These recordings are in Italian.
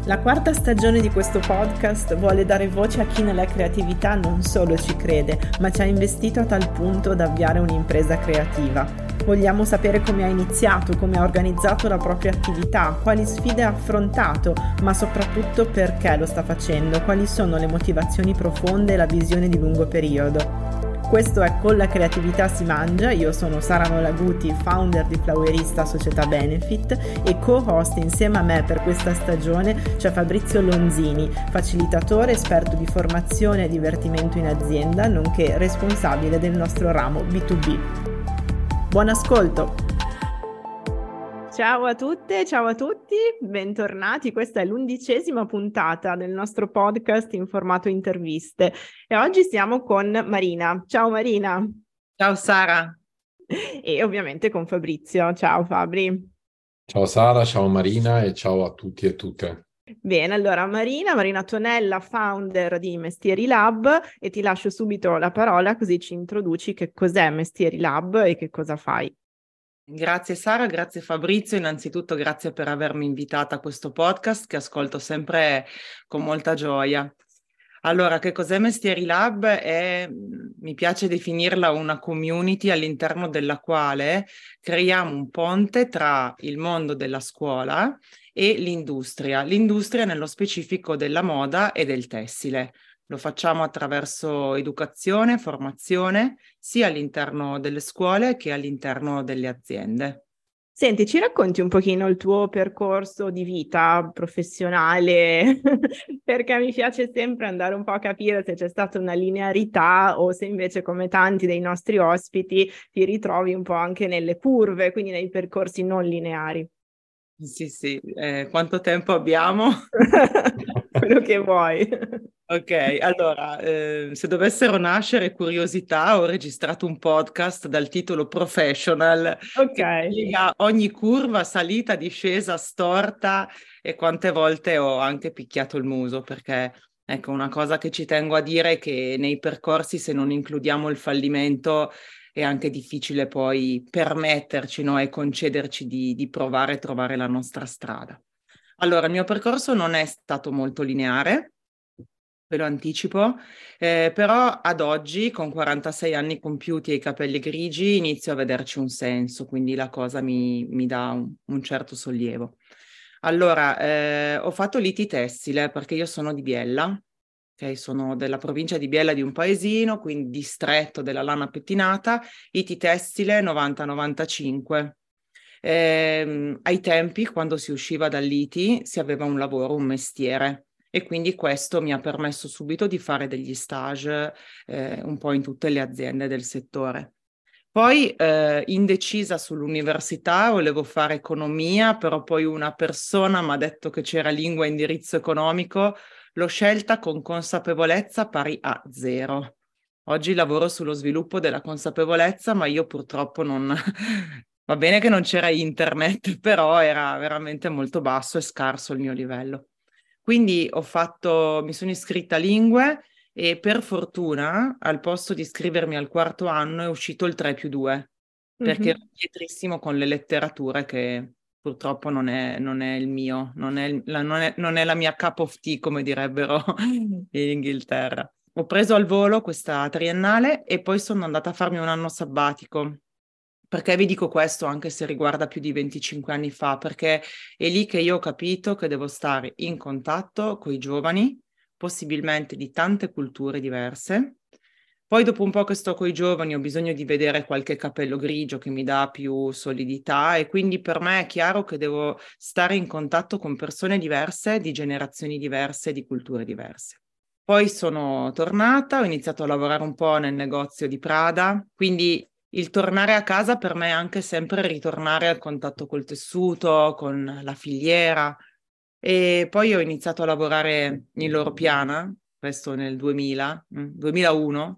La quarta stagione di questo podcast vuole dare voce a chi nella creatività non solo ci crede, ma ci ha investito a tal punto da avviare un'impresa creativa. Vogliamo sapere come ha iniziato, come ha organizzato la propria attività, quali sfide ha affrontato, ma soprattutto perché lo sta facendo, quali sono le motivazioni profonde e la visione di lungo periodo. Questo è Con la creatività si mangia, io sono Sara Nolaguti, founder di Flowerista Società Benefit e co-host insieme a me per questa stagione c'è Fabrizio Lonzini, facilitatore, esperto di formazione e divertimento in azienda, nonché responsabile del nostro ramo B2B. Buon ascolto! Ciao a tutte, ciao a tutti, bentornati. Questa è l'11ª puntata del nostro podcast in formato interviste e oggi siamo con Marina. Ciao Marina. Ciao Sara. E ovviamente con Fabrizio. Ciao Fabri. Ciao Sara, ciao Marina e ciao a tutti e tutte. Bene, allora Marina Tonella, founder di Mestieri Lab, e ti lascio subito la parola così ci introduci che cos'è Mestieri Lab e che cosa fai. Grazie Sara, grazie Fabrizio, innanzitutto grazie per avermi invitata a questo podcast che ascolto sempre con molta gioia. Allora, che cos'è Mestieri Lab? Mi piace definirla una community all'interno della quale creiamo un ponte tra il mondo della scuola e l'industria nello specifico della moda e del tessile. Lo facciamo attraverso educazione, formazione, sia all'interno delle scuole che all'interno delle aziende. Senti, ci racconti un pochino il tuo percorso di vita professionale, perché mi piace sempre andare un po' a capire se c'è stata una linearità o se invece, come tanti dei nostri ospiti, ti ritrovi un po' anche nelle curve, quindi nei percorsi non lineari. Sì, quanto tempo abbiamo? Quello che vuoi. Ok, allora, se dovessero nascere curiosità, ho registrato un podcast dal titolo Professional, Ok. che spiega ogni curva, salita, discesa, storta e quante volte ho anche picchiato il muso, perché ecco, una cosa che ci tengo a dire è che nei percorsi, se non includiamo il fallimento, è anche difficile poi permetterci, no, e concederci di provare e trovare la nostra strada. Allora, il mio percorso non è stato molto lineare, ve lo anticipo, però ad oggi, con 46 anni compiuti e i capelli grigi, inizio a vederci un senso, quindi la cosa mi dà un certo sollievo. Allora, ho fatto l'IT tessile perché io sono di Biella, okay? Sono della provincia di Biella, di un paesino, quindi distretto della lana pettinata, IT tessile 90-95. Ai tempi, quando si usciva dall'IT, si aveva un lavoro, un mestiere. E quindi questo mi ha permesso subito di fare degli stage un po' in tutte le aziende del settore. Poi indecisa sull'università, volevo fare economia, però poi una persona mi ha detto che c'era lingua e indirizzo economico, l'ho scelta con consapevolezza pari a 0. Oggi lavoro sullo sviluppo della consapevolezza, ma io purtroppo non... Va bene che non c'era internet, però era veramente molto basso e scarso il mio livello. Quindi mi sono iscritta a lingue e per fortuna al posto di iscrivermi al 4º anno è uscito il 3+2, perché ero pietrissimo con le letterature che purtroppo non è il mio, non è la mia cup of tea, come direbbero in Inghilterra. Ho preso al volo questa triennale e poi sono andata a farmi un anno sabbatico. Perché vi dico questo anche se riguarda più di 25 anni fa? Perché è lì che io ho capito che devo stare in contatto con i giovani, possibilmente di tante culture diverse. Poi dopo un po' che sto con i giovani ho bisogno di vedere qualche capello grigio che mi dà più solidità e quindi per me è chiaro che devo stare in contatto con persone diverse, di generazioni diverse, di culture diverse. Poi sono tornata, ho iniziato a lavorare un po' nel negozio di Prada, quindi il tornare a casa per me è anche sempre ritornare al contatto col tessuto, con la filiera. E poi ho iniziato a lavorare in Loro Piana, questo nel 2001.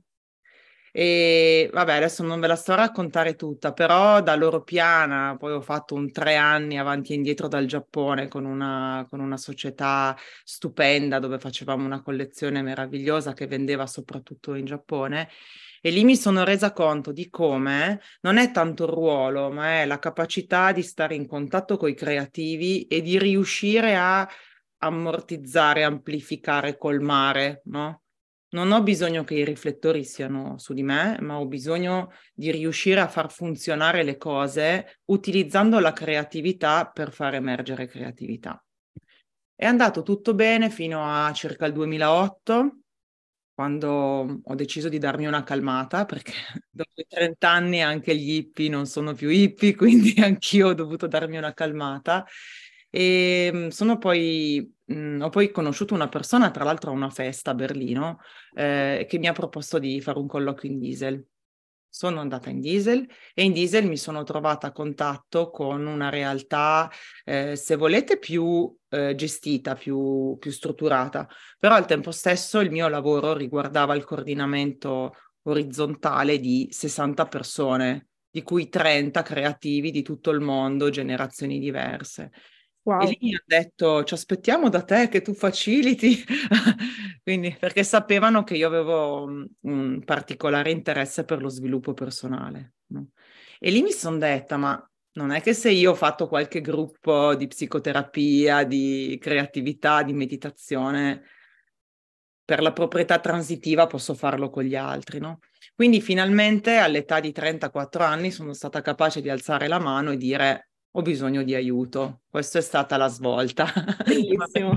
E vabbè, adesso non ve la sto a raccontare tutta, però da Loro Piana poi ho fatto un 3 anni avanti e indietro dal Giappone con una società stupenda dove facevamo una collezione meravigliosa che vendeva soprattutto in Giappone. E lì mi sono resa conto di come non è tanto il ruolo, ma è la capacità di stare in contatto con i creativi e di riuscire a ammortizzare, amplificare, colmare, no? Non ho bisogno che i riflettori siano su di me, ma ho bisogno di riuscire a far funzionare le cose utilizzando la creatività per far emergere creatività. È andato tutto bene fino a circa il 2008, quando ho deciso di darmi una calmata, perché dopo i 30 anni anche gli hippie non sono più hippie, quindi anch'io ho dovuto darmi una calmata. E ho poi conosciuto una persona, tra l'altro a una festa a Berlino, che mi ha proposto di fare un colloquio in Diesel. Sono andata in Diesel e in Diesel mi sono trovata a contatto con una realtà, se volete, più gestita, più strutturata, però al tempo stesso il mio lavoro riguardava il coordinamento orizzontale di 60 persone, di cui 30 creativi di tutto il mondo, generazioni diverse. E lì Wow. mi ha detto, ci aspettiamo da te che tu faciliti, quindi perché sapevano che io avevo un particolare interesse per lo sviluppo personale, no? E lì mi sono detta, ma non è che se io ho fatto qualche gruppo di psicoterapia, di creatività, di meditazione, per la proprietà transitiva posso farlo con gli altri, no? Quindi finalmente all'età di 34 anni sono stata capace di alzare la mano e dire ho bisogno di aiuto. Questa è stata la svolta. Bellissimo.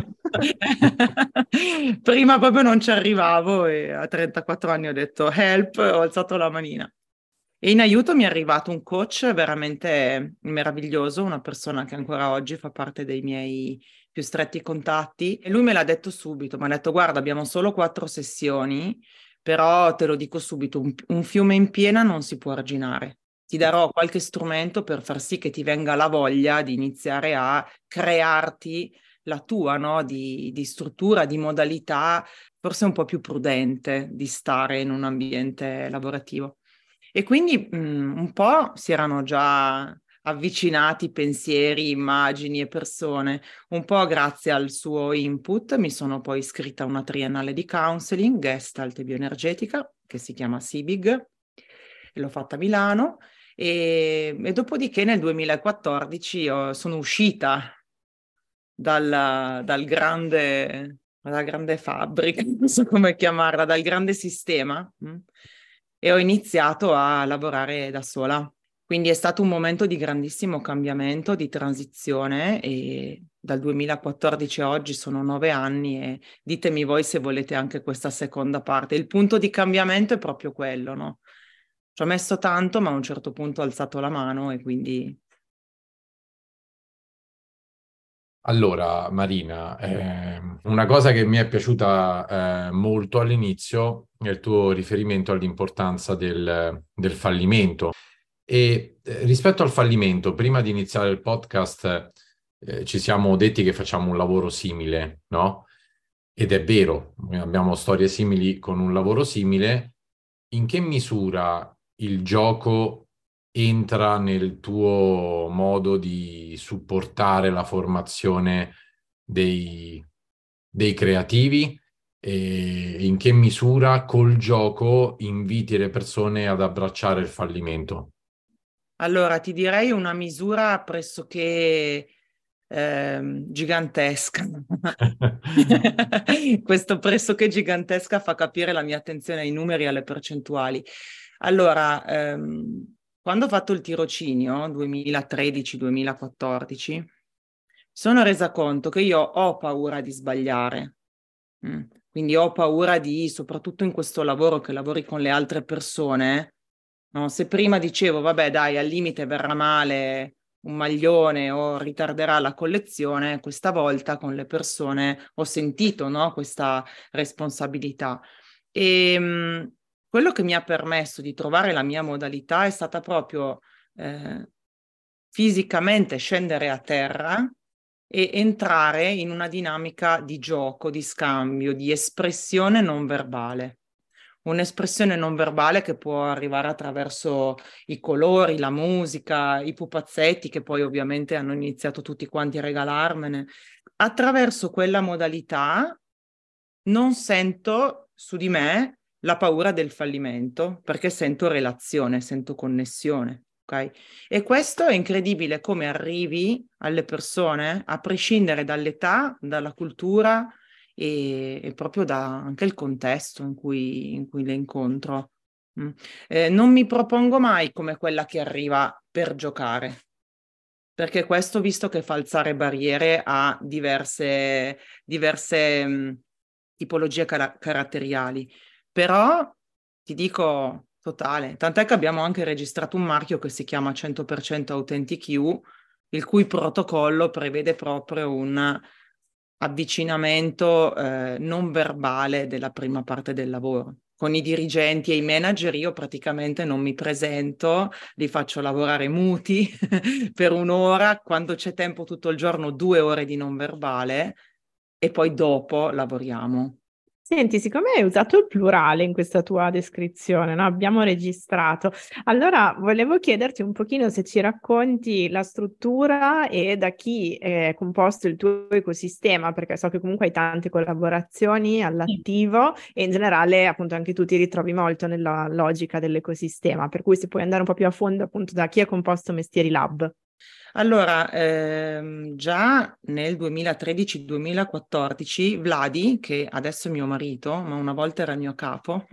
Prima proprio non ci arrivavo e a 34 anni ho detto help, ho alzato la manina. E in aiuto mi è arrivato un coach veramente meraviglioso, una persona che ancora oggi fa parte dei miei più stretti contatti. E lui me l'ha detto subito, mi ha detto guarda, abbiamo solo 4 sessioni, però te lo dico subito, un fiume in piena non si può arginare. Ti darò qualche strumento per far sì che ti venga la voglia di iniziare a crearti la tua, no? Di struttura, di modalità, forse un po' più prudente di stare in un ambiente lavorativo. E quindi un po' si erano già avvicinati pensieri, immagini e persone. Un po' grazie al suo input mi sono poi iscritta a una triennale di counseling, Gestalt e bioenergetica, che si chiama CIBIG, e l'ho fatta a Milano. E dopodiché nel 2014 sono uscita dalla grande fabbrica, non so come chiamarla, dal grande sistema, e ho iniziato a lavorare da sola. Quindi è stato un momento di grandissimo cambiamento, di transizione e dal 2014 a oggi sono 9 anni e ditemi voi se volete anche questa seconda parte. Il punto di cambiamento è proprio quello, no? Ci ho messo tanto, ma a un certo punto ho alzato la mano e quindi... Allora, Marina, una cosa che mi è piaciuta molto all'inizio è il tuo riferimento all'importanza del fallimento. E rispetto al fallimento, prima di iniziare il podcast, ci siamo detti che facciamo un lavoro simile, no? Ed è vero, abbiamo storie simili con un lavoro simile. In che misura il gioco entra nel tuo modo di supportare la formazione dei, dei creativi? E in che misura col gioco inviti le persone ad abbracciare il fallimento? Allora, ti direi una misura pressoché gigantesca. Questo pressoché gigantesca fa capire la mia attenzione ai numeri e alle percentuali. Allora, quando ho fatto il tirocinio, 2013-2014, sono resa conto che io ho paura di sbagliare. Quindi ho paura di, soprattutto in questo lavoro che lavori con le altre persone, no? Se prima dicevo, vabbè, dai, al limite verrà male un maglione o ritarderà la collezione, questa volta con le persone ho sentito, no, questa responsabilità. E quello che mi ha permesso di trovare la mia modalità è stata proprio fisicamente scendere a terra e entrare in una dinamica di gioco, di scambio, di espressione non verbale. Un'espressione non verbale che può arrivare attraverso i colori, la musica, i pupazzetti che poi ovviamente hanno iniziato tutti quanti a regalarmene. Attraverso quella modalità non sento su di me la paura del fallimento perché sento relazione, sento connessione. ok? E questo è incredibile come arrivi alle persone, a prescindere dall'età, dalla cultura e proprio da anche il contesto in cui le incontro. Non mi propongo mai come quella che arriva per giocare, perché questo visto che fa alzare barriere a diverse tipologie caratteriali. Però ti dico totale, tant'è che abbiamo anche registrato un marchio che si chiama 100% Authentic You, il cui protocollo prevede proprio un avvicinamento non verbale della prima parte del lavoro. Con i dirigenti e i manager io praticamente non mi presento, li faccio lavorare muti per un'ora, quando c'è tempo tutto il giorno 2 ore di non verbale e poi dopo lavoriamo. Senti, siccome hai usato il plurale in questa tua descrizione, no? Abbiamo registrato. Allora, volevo chiederti un pochino se ci racconti la struttura e da chi è composto il tuo ecosistema, perché so che comunque hai tante collaborazioni all'attivo e in generale appunto anche tu ti ritrovi molto nella logica dell'ecosistema, per cui se puoi andare un po' più a fondo appunto da chi è composto Mestieri Lab. Allora, già nel 2013-2014 Vladi, che adesso è mio marito, ma una volta era il mio capo,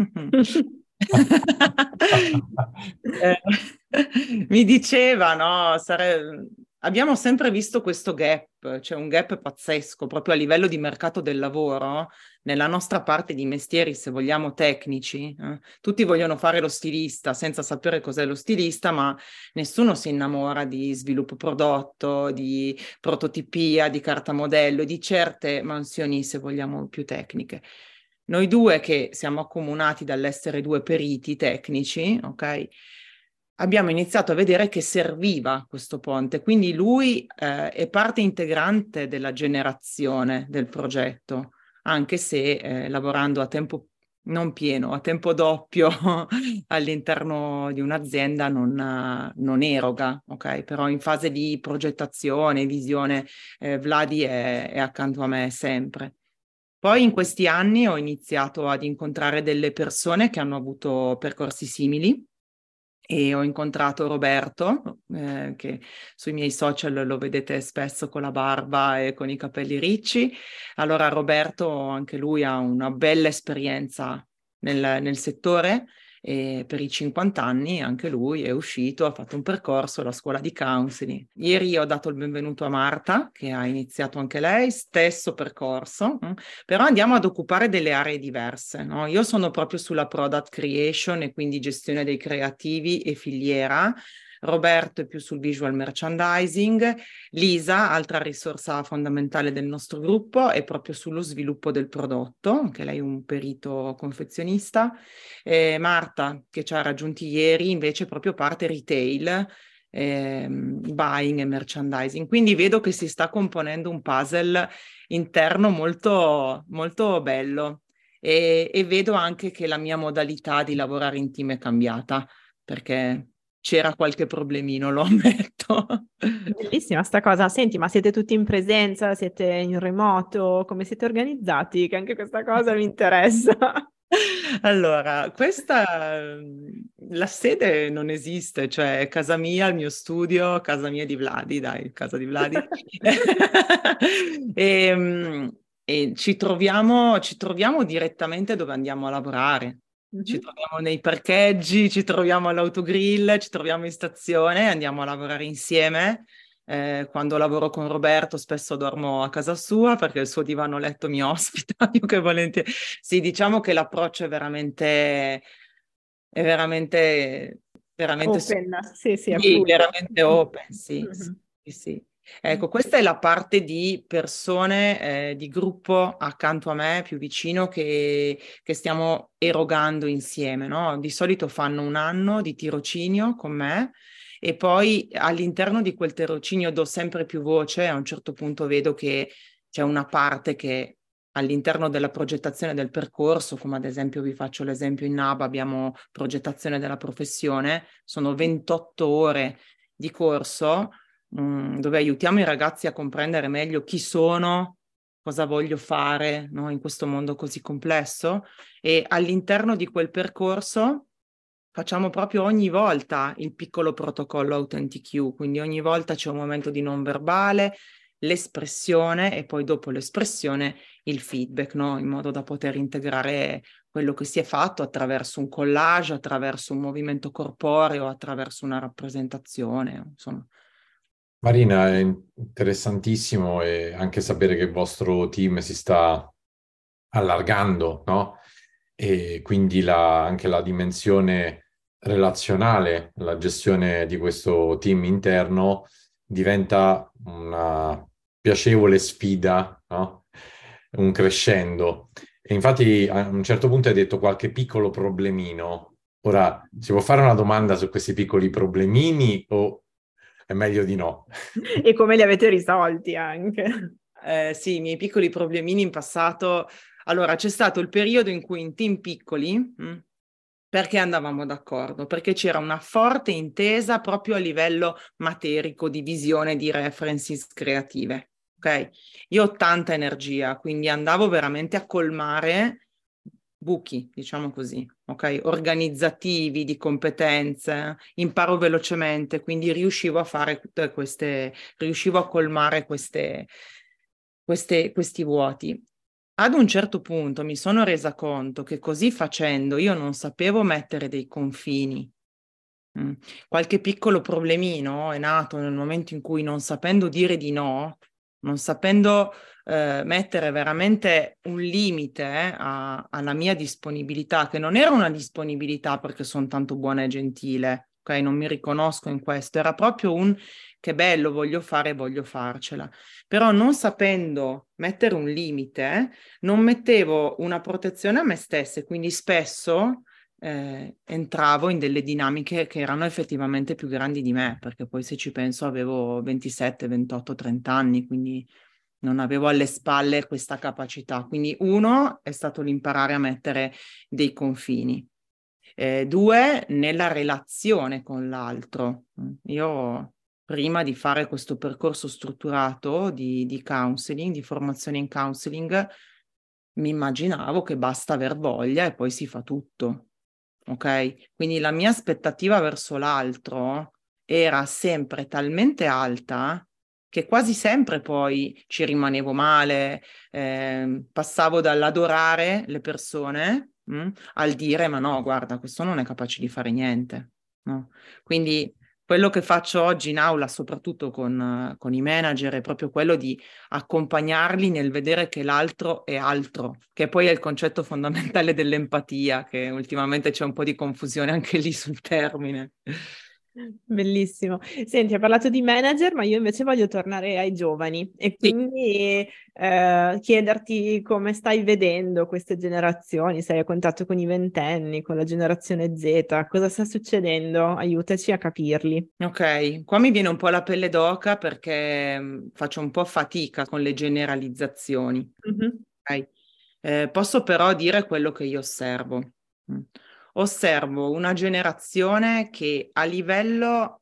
eh, mi diceva, no, abbiamo sempre visto questo gap, cioè un gap pazzesco proprio a livello di mercato del lavoro, nella nostra parte di mestieri, se vogliamo, tecnici. Tutti vogliono fare lo stilista senza sapere cos'è lo stilista, ma nessuno si innamora di sviluppo prodotto, di prototipia, di carta modello, di certe mansioni, se vogliamo, più tecniche. Noi due che siamo accomunati dall'essere due periti tecnici, ok? Abbiamo iniziato a vedere che serviva questo ponte, quindi lui è parte integrante della generazione del progetto, anche se lavorando a tempo non pieno, a tempo doppio all'interno di un'azienda non eroga, ok? Però in fase di progettazione, visione, Vladi è accanto a me sempre. Poi in questi anni ho iniziato ad incontrare delle persone che hanno avuto percorsi simili e ho incontrato Roberto, che sui miei social lo vedete spesso con la barba e con i capelli ricci. Allora Roberto, anche lui ha una bella esperienza nel settore e per i 50 anni anche lui è uscito, ha fatto un percorso alla scuola di counseling. Ieri ho dato il benvenuto a Marta, che ha iniziato anche lei, stesso percorso, però andiamo ad occupare delle aree diverse, no? Io sono proprio sulla product creation e quindi gestione dei creativi e filiera. Roberto è più sul visual merchandising, Lisa, altra risorsa fondamentale del nostro gruppo, è proprio sullo sviluppo del prodotto, anche lei è un perito confezionista, Marta, che ci ha raggiunti ieri, invece proprio parte retail, buying e merchandising. Quindi vedo che si sta componendo un puzzle interno molto, molto bello e vedo anche che la mia modalità di lavorare in team è cambiata, perché c'era qualche problemino, lo ammetto. Bellissima sta cosa. Senti, ma siete tutti in presenza? Siete in remoto? Come siete organizzati? Che anche questa cosa mi interessa. Allora, la sede non esiste, cioè casa mia, il mio studio, casa mia di Vladi, dai, casa di Vladi. E ci troviamo direttamente dove andiamo a lavorare. Ci troviamo nei parcheggi, ci troviamo all'autogrill, ci troviamo in stazione, andiamo a lavorare insieme. Quando lavoro con Roberto spesso dormo a casa sua perché il suo divano letto mi ospita, più che volentieri. Sì, diciamo che l'approccio è veramente Open, sì, sì, è sì, fluido. veramente open, sì, sì, Mhm. sì. Ecco, questa è la parte di persone, di gruppo accanto a me, più vicino, che stiamo erogando insieme, no? Di solito fanno un anno di tirocinio con me e poi all'interno di quel tirocinio do sempre più voce, a un certo punto vedo che c'è una parte che all'interno della progettazione del percorso, come ad esempio vi faccio l'esempio in NAB, abbiamo progettazione della professione, sono 28 ore di corso dove aiutiamo i ragazzi a comprendere meglio chi sono, cosa voglio fare, no, in questo mondo così complesso e all'interno di quel percorso facciamo proprio ogni volta il piccolo protocollo AuthenticQ, quindi ogni volta c'è un momento di non verbale, l'espressione e poi dopo l'espressione il feedback, no? In modo da poter integrare quello che si è fatto attraverso un collage, attraverso un movimento corporeo, attraverso una rappresentazione, insomma. Marina, è interessantissimo e anche sapere che il vostro team si sta allargando, no? E quindi anche la dimensione relazionale, la gestione di questo team interno diventa una piacevole sfida, no? Un crescendo. E infatti a un certo punto hai detto qualche piccolo problemino. Ora, si può fare una domanda su questi piccoli problemini o è meglio di no? E come li avete risolti anche? Sì, i miei piccoli problemini in passato. Allora, c'è stato il periodo in cui in team piccoli, perché andavamo d'accordo? Perché c'era una forte intesa proprio a livello materico di visione di references creative, ok? Io ho tanta energia, quindi andavo veramente a colmare buchi, diciamo così, ok? Organizzativi, di competenze, imparo velocemente, quindi riuscivo a fare tutte riuscivo a colmare questi vuoti. Ad un certo punto mi sono resa conto che così facendo io non sapevo mettere dei confini. Qualche piccolo problemino è nato nel momento in cui, non sapendo dire di no, non sapendo mettere veramente un limite alla mia disponibilità, che non era una disponibilità perché sono tanto buona e gentile, ok? Non mi riconosco in questo, era proprio un che bello, voglio fare, voglio farcela. Però non sapendo mettere un limite, non mettevo una protezione a me stessa e quindi spesso entravo in delle dinamiche che erano effettivamente più grandi di me, perché poi se ci penso avevo 27, 28, 30 anni, quindi non avevo alle spalle questa capacità. Quindi uno è stato l'imparare a mettere dei confini. Due, nella relazione con l'altro. Io prima di fare questo percorso strutturato di counseling, di formazione in counseling, mi immaginavo che basta aver voglia e poi si fa tutto. Ok? Quindi la mia aspettativa verso l'altro era sempre talmente alta che quasi sempre poi ci rimanevo male, passavo dall'adorare le persone, al dire ma no, guarda, questo non è capace di fare niente. No? Quindi quello che faccio oggi in aula, soprattutto con i manager, è proprio quello di accompagnarli nel vedere che l'altro è altro, che poi è il concetto fondamentale dell'empatia, che ultimamente c'è un po' di confusione anche lì sul termine. Bellissimo. Senti, hai parlato di manager, ma io invece voglio tornare ai giovani e Sì. quindi chiederti come stai vedendo queste generazioni, sei a contatto con i ventenni, con la generazione Z, cosa sta succedendo? Aiutaci a capirli. Ok, qua mi viene un po' la pelle d'oca perché faccio un po' fatica con le generalizzazioni. Mhm. Ok? Posso però dire quello che io osservo. Mm. Osservo una generazione che a livello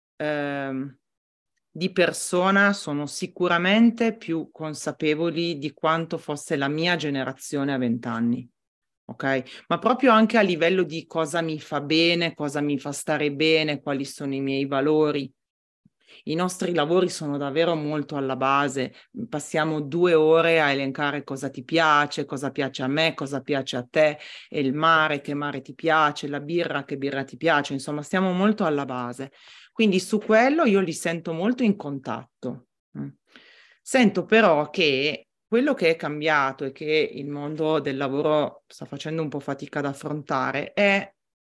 ehm, di persona sono sicuramente più consapevoli di quanto fosse la mia generazione a 20 anni. Ok? Ma proprio anche a livello di cosa mi fa bene, cosa mi fa stare bene, quali sono i miei valori. I nostri lavori sono davvero molto alla base, passiamo 2 ore a elencare cosa ti piace, cosa piace a me, cosa piace a te, e il mare, che mare ti piace, la birra, che birra ti piace, insomma stiamo molto alla base. Quindi su quello io li sento molto in contatto. Sento però che quello che è cambiato e che il mondo del lavoro sta facendo un po' fatica ad affrontare è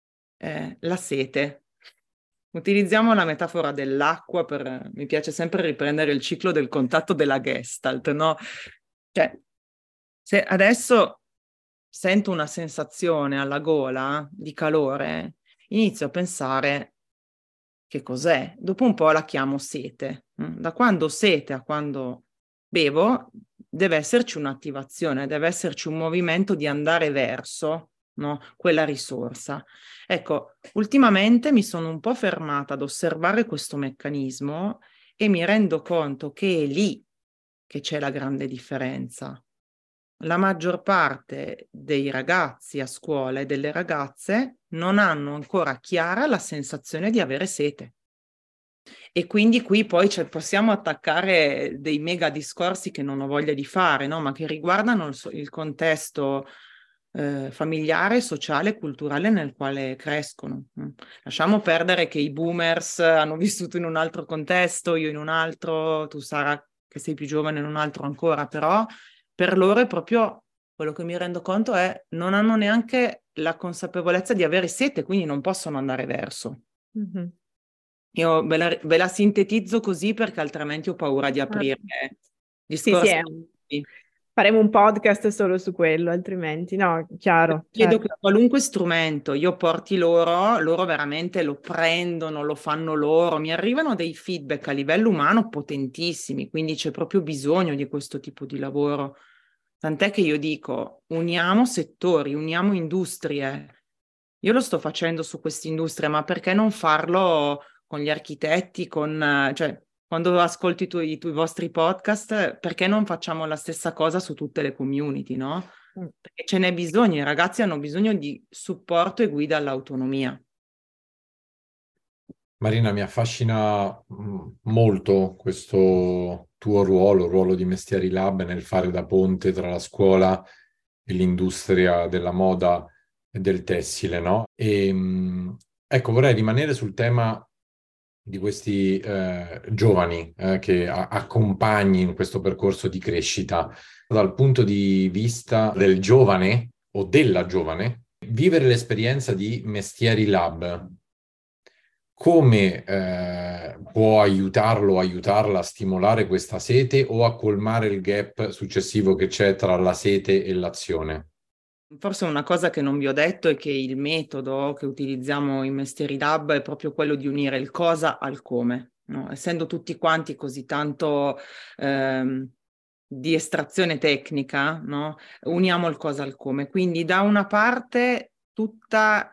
la sete. Utilizziamo la metafora dell'acqua mi piace sempre riprendere il ciclo del contatto della Gestalt, no? Cioè, se adesso sento una sensazione alla gola di calore, inizio a pensare che cos'è. Dopo un po' la chiamo sete. Da quando ho sete a quando bevo, deve esserci un'attivazione, deve esserci un movimento di andare verso, no, quella risorsa. Ecco, ultimamente mi sono un po' fermata ad osservare questo meccanismo e mi rendo conto che è lì che c'è la grande differenza. la maggior parte dei ragazzi a scuola e delle ragazze non hanno ancora chiara la sensazione di avere sete. E quindi qui poi possiamo attaccare dei mega discorsi che non ho voglia di fare, no? Ma che riguardano il contesto familiare, sociale, culturale nel quale crescono. Lasciamo perdere che i boomers hanno vissuto in un altro contesto, io in un altro, tu Sara che sei più giovane in un altro ancora, però per loro è proprio quello che mi rendo conto è non hanno neanche la consapevolezza di avere sete, quindi non possono andare verso. Mm-hmm. Io ve la sintetizzo così perché altrimenti ho paura di aprire Sì, discorsi. faremo un podcast solo su quello, altrimenti no, chiaro. Vedo Certo. che qualunque strumento io porti loro veramente lo prendono, lo fanno loro, mi arrivano dei feedback a livello umano potentissimi, quindi c'è proprio bisogno di questo tipo di lavoro. Tant'è che io dico, uniamo settori, uniamo industrie. Io lo sto facendo su queste industrie, ma perché non farlo con gli architetti, cioè, quando ascolti i vostri podcast, perché non facciamo la stessa cosa su tutte le community, no? Perché ce n'è bisogno, i ragazzi hanno bisogno di supporto e guida all'autonomia. Marina, mi affascina molto questo tuo ruolo di Mestieri Lab nel fare da ponte tra la scuola e l'industria della moda e del tessile, no? Ecco, vorrei rimanere sul tema di questi giovani che accompagni in questo percorso di crescita. Dal punto di vista del giovane o della giovane, vivere l'esperienza di Mestieri Lab, come può aiutarlo o aiutarla a stimolare questa sete o a colmare il gap successivo che c'è tra la sete e l'azione? Forse una cosa che non vi ho detto è che il metodo che utilizziamo in Mestieri Lab è proprio quello di unire il cosa al come, no? Essendo tutti quanti così tanto di estrazione tecnica, no? Uniamo il cosa al come. Quindi da una parte tutta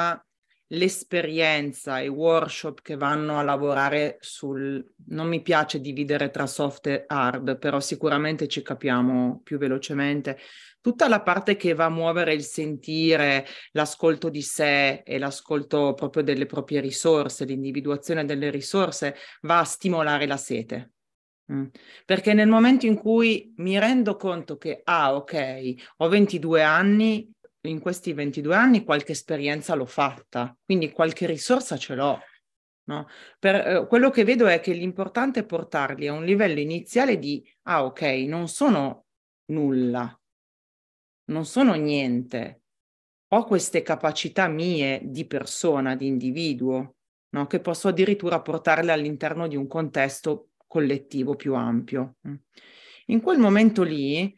l'esperienza, i workshop che vanno a lavorare non mi piace dividere tra soft e hard, però sicuramente ci capiamo più velocemente. Tutta la parte che va a muovere il sentire, l'ascolto di sé e l'ascolto proprio delle proprie risorse, l'individuazione delle risorse, va a stimolare la sete. Perché nel momento in cui mi rendo conto che, ok, ho 22 anni, in questi 22 anni qualche esperienza l'ho fatta, quindi qualche risorsa ce l'ho. No? Quello che vedo è che l'importante è portarli a un livello iniziale di, ok, non sono nulla, non sono niente, ho queste capacità mie di persona, di individuo, no? Che posso addirittura portarle all'interno di un contesto collettivo più ampio. In quel momento lì,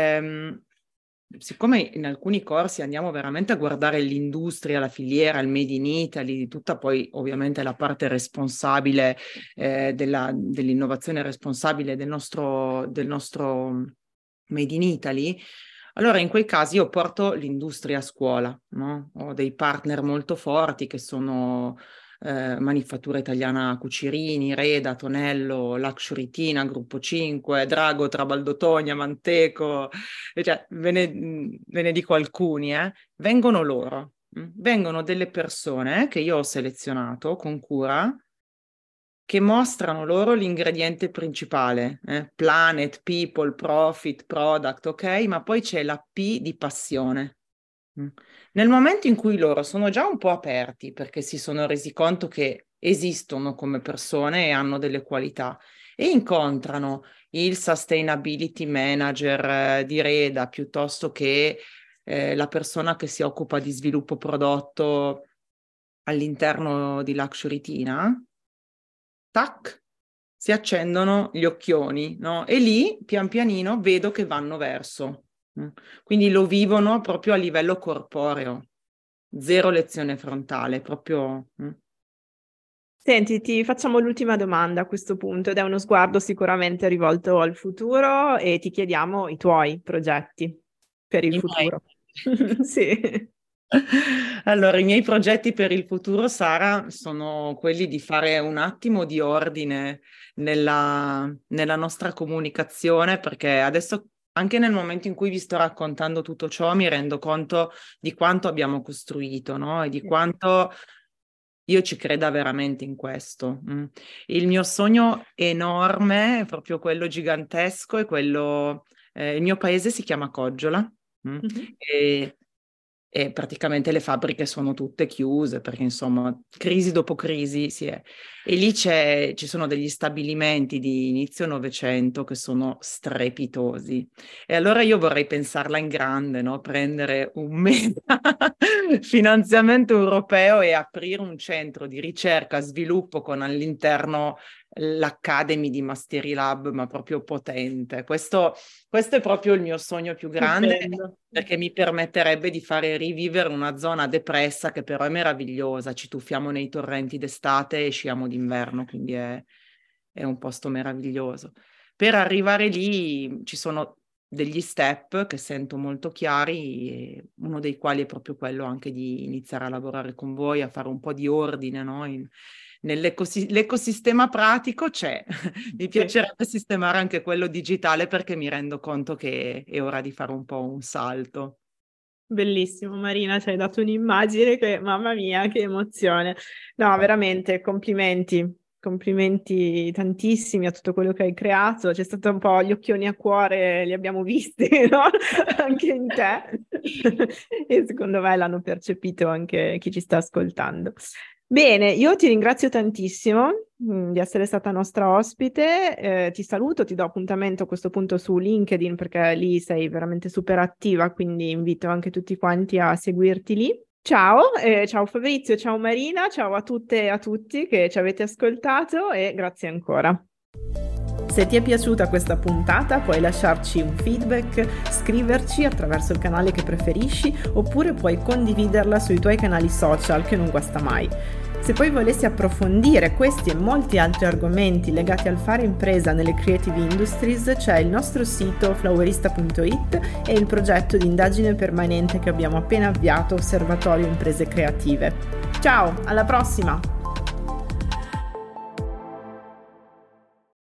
siccome in alcuni corsi andiamo veramente a guardare l'industria, la filiera, il Made in Italy, di tutta poi ovviamente la parte responsabile dell'innovazione responsabile del nostro Made in Italy, allora in quei casi io porto l'industria a scuola, no? Ho dei partner molto forti che sono Manifattura Italiana Cucirini, Reda, Tonello, Luxury Tina, Gruppo 5, Drago, Trabaldotonia, Manteco, cioè, ve ne dico alcuni, vengono loro, vengono delle persone che io ho selezionato con cura, che mostrano loro l'ingrediente principale, planet, people, profit, product, ok? Ma poi c'è la P di passione. Nel momento in cui loro sono già un po' aperti perché si sono resi conto che esistono come persone e hanno delle qualità e incontrano il sustainability manager di Reda piuttosto che la persona che si occupa di sviluppo prodotto all'interno di Luxury Tina, tac, si accendono gli occhioni, no? E lì, pian pianino, vedo che vanno verso. Quindi lo vivono proprio a livello corporeo. Zero lezione frontale, proprio... Senti, ti facciamo l'ultima domanda a questo punto ed è uno sguardo sicuramente rivolto al futuro e ti chiediamo i tuoi progetti per il futuro. Sì. Allora, i miei progetti per il futuro, Sara, sono quelli di fare un attimo di ordine nella nostra comunicazione, perché adesso anche nel momento in cui vi sto raccontando tutto ciò, mi rendo conto di quanto abbiamo costruito, no? E di quanto io ci creda veramente in questo. Il mio sogno enorme, è proprio quello gigantesco, è quello... il mio paese si chiama Coggiola, e praticamente le fabbriche sono tutte chiuse perché insomma crisi dopo crisi si è. E lì ci sono degli stabilimenti di inizio Novecento che sono strepitosi, e allora io vorrei pensarla in grande, no? Prendere un mega finanziamento europeo e aprire un centro di ricerca, sviluppo con all'interno l'Academy di Mastery-Lab, ma proprio potente. Questo è proprio il mio sogno più grande, perché mi permetterebbe di fare rivivere una zona depressa che però è meravigliosa. Ci tuffiamo nei torrenti d'estate e sciamo d'inverno, quindi è un posto meraviglioso. Per arrivare lì ci sono degli step che sento molto chiari, e uno dei quali è proprio quello anche di iniziare a lavorare con voi, a fare un po' di ordine, no? L'ecosistema pratico c'è, mi piacerebbe sistemare anche quello digitale perché mi rendo conto che è ora di fare un po' un salto. Bellissimo Marina, ci hai dato un'immagine che, mamma mia, che emozione. No, veramente, complimenti tantissimi a tutto quello che hai creato. C'è stato un po' gli occhioni a cuore, li abbiamo visti, no? Anche in te. E secondo me l'hanno percepito anche chi ci sta ascoltando. Bene, io ti ringrazio tantissimo di essere stata nostra ospite, ti saluto, ti do appuntamento a questo punto su LinkedIn perché lì sei veramente super attiva, quindi invito anche tutti quanti a seguirti lì. Ciao, ciao Fabrizio, ciao Marina, ciao a tutte e a tutti che ci avete ascoltato e grazie ancora. Se ti è piaciuta questa puntata puoi lasciarci un feedback, scriverci attraverso il canale che preferisci oppure puoi condividerla sui tuoi canali social, che non guasta mai. Se poi volessi approfondire questi e molti altri argomenti legati al fare impresa nelle creative industries, c'è il nostro sito flowerista.it e il progetto di indagine permanente che abbiamo appena avviato, Osservatorio Imprese Creative. Ciao, alla prossima!